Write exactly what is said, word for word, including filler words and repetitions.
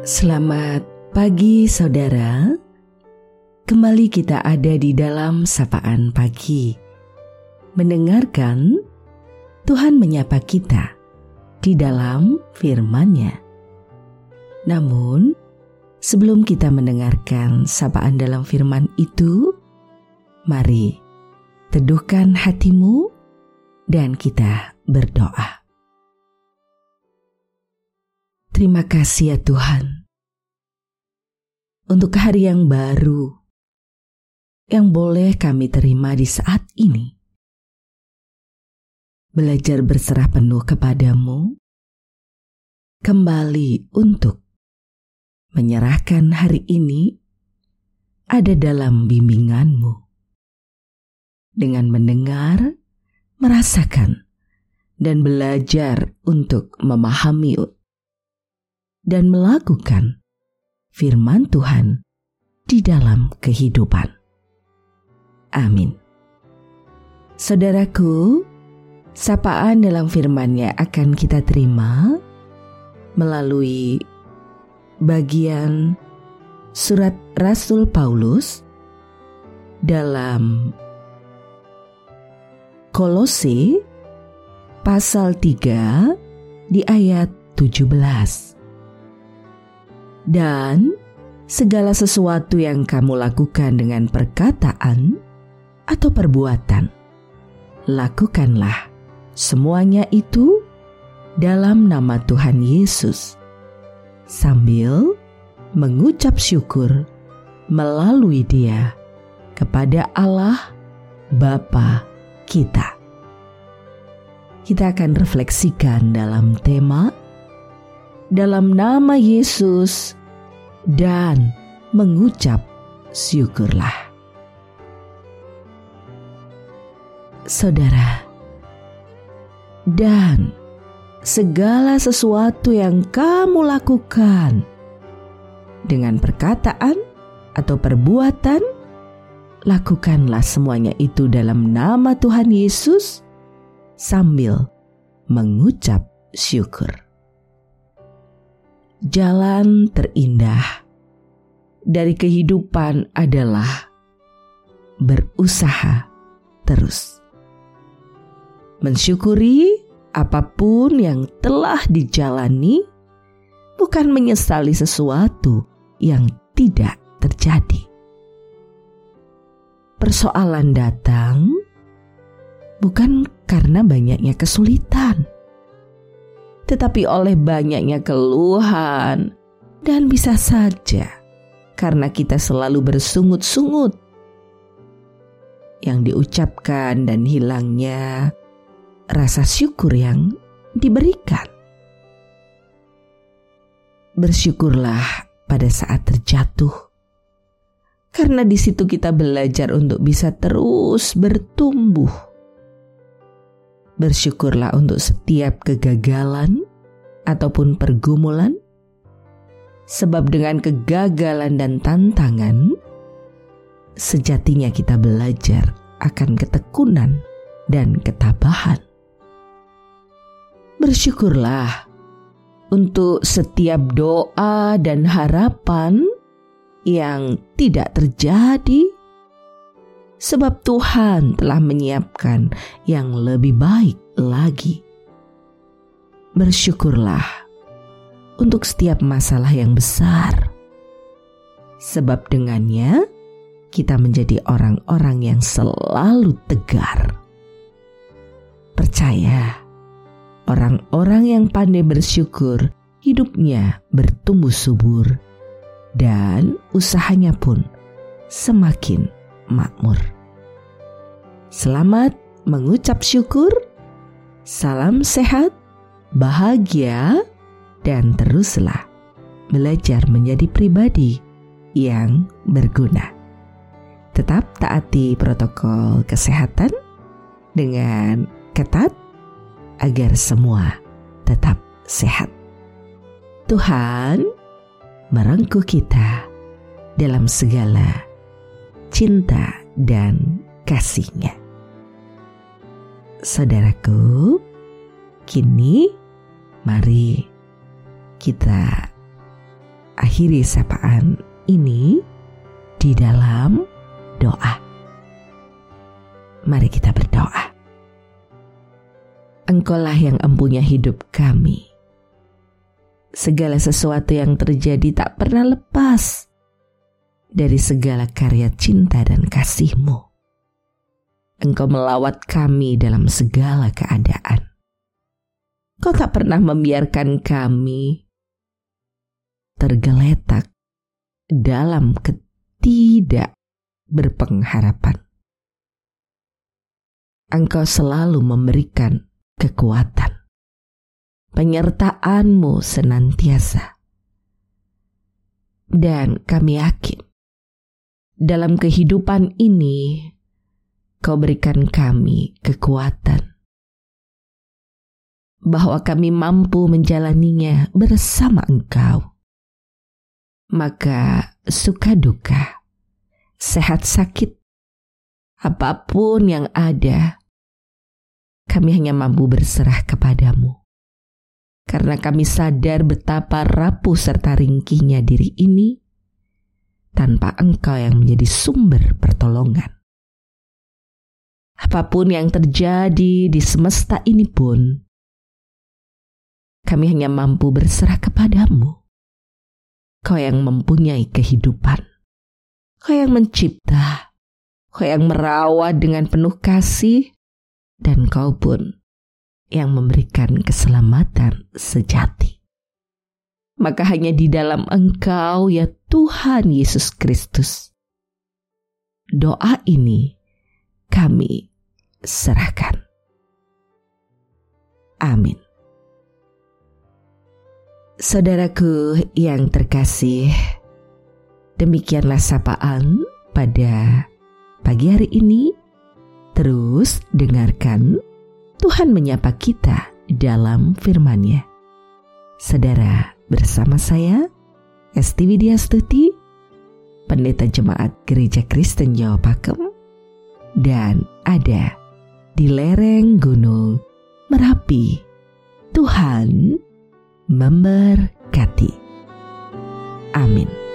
Selamat pagi saudara. Kembali kita ada di dalam sapaan pagi. Mendengarkan Tuhan menyapa kita di dalam firman-Nya. Namun, sebelum kita mendengarkan sapaan dalam firman itu, mari teduhkan hatimu dan kita berdoa. Terima kasih ya Tuhan, untuk hari yang baru yang boleh kami terima di saat ini. Belajar berserah penuh kepadamu, kembali untuk menyerahkan hari ini ada dalam bimbingan-Mu. Dengan mendengar, merasakan, dan belajar untuk memahami dan melakukan firman Tuhan di dalam kehidupan. Amin. Saudaraku, sapaan dalam firman-Nya akan kita terima melalui bagian surat Rasul Paulus dalam Kolose pasal tiga di ayat tujuh belas. Dan segala sesuatu yang kamu lakukan dengan perkataan atau perbuatan, lakukanlah semuanya itu dalam nama Tuhan Yesus, sambil mengucap syukur melalui Dia kepada Allah Bapa kita. Kita akan refleksikan dalam tema dalam nama Yesus dan mengucap syukurlah. Saudara, dan segala sesuatu yang kamu lakukan dengan perkataan atau perbuatan, lakukanlah semuanya itu dalam nama Tuhan Yesus sambil mengucap syukur. Jalan terindah dari kehidupan adalah berusaha terus. Mensyukuri apapun yang telah dijalani, bukan menyesali sesuatu yang tidak terjadi. Persoalan datang bukan karena banyaknya kesulitan, tetapi oleh banyaknya keluhan, dan bisa saja karena kita selalu bersungut-sungut yang diucapkan dan hilangnya rasa syukur yang diberikan. Bersyukurlah pada saat terjatuh, karena di situ kita belajar untuk bisa terus bertumbuh. Bersyukurlah untuk setiap kegagalan ataupun pergumulan, sebab dengan kegagalan dan tantangan, sejatinya kita belajar akan ketekunan dan ketabahan. Bersyukurlah untuk setiap doa dan harapan yang tidak terjadi, sebab Tuhan telah menyiapkan yang lebih baik lagi. Bersyukurlah untuk setiap masalah yang besar, sebab dengannya kita menjadi orang-orang yang selalu tegar. Percaya, orang-orang yang pandai bersyukur hidupnya bertumbuh subur dan usahanya pun semakin makmur. Selamat mengucap syukur, salam sehat, bahagia, dan teruslah belajar menjadi pribadi yang berguna. Tetap taati protokol kesehatan dengan ketat agar semua tetap sehat. Tuhan merangkul kita dalam segala cinta dan kasih-Nya. Saudaraku, kini mari kita akhiri sapaan ini di dalam doa. Mari kita berdoa. Engkaulah yang empunya hidup kami. Segala sesuatu yang terjadi tak pernah lepas dari segala karya cinta dan kasih-Mu. Engkau melawat kami dalam segala keadaan. Kau tak pernah membiarkan kami tergeletak dalam ketidak berpengharapan. Engkau selalu memberikan kekuatan. Penyertaan-Mu senantiasa. Dan kami yakin dalam kehidupan ini Kau berikan kami kekuatan, bahwa kami mampu menjalaninya bersama Engkau. Maka suka duka, sehat sakit, apapun yang ada, kami hanya mampu berserah kepadamu. Karena kami sadar betapa rapuh serta ringkihnya diri ini, tanpa Engkau yang menjadi sumber pertolongan. Apapun yang terjadi di semesta ini pun, kami hanya mampu berserah kepadamu. Kau yang mempunyai kehidupan. Kau yang mencipta. Kau yang merawat dengan penuh kasih. Dan Kau pun yang memberikan keselamatan sejati. Maka hanya di dalam Engkau, ya Tuhan Yesus Kristus, doa ini kami serahkan. Amin. Saudaraku yang terkasih, demikianlah sapaan pada pagi hari ini. Terus dengarkan Tuhan menyapa kita dalam firman-Nya. Saudara, bersama saya Esti Widya Stuti, Pendeta Jemaat Gereja Kristen Jawa Pakem, dan ada di lereng Gunung Merapi. Tuhan memberkati. Amin.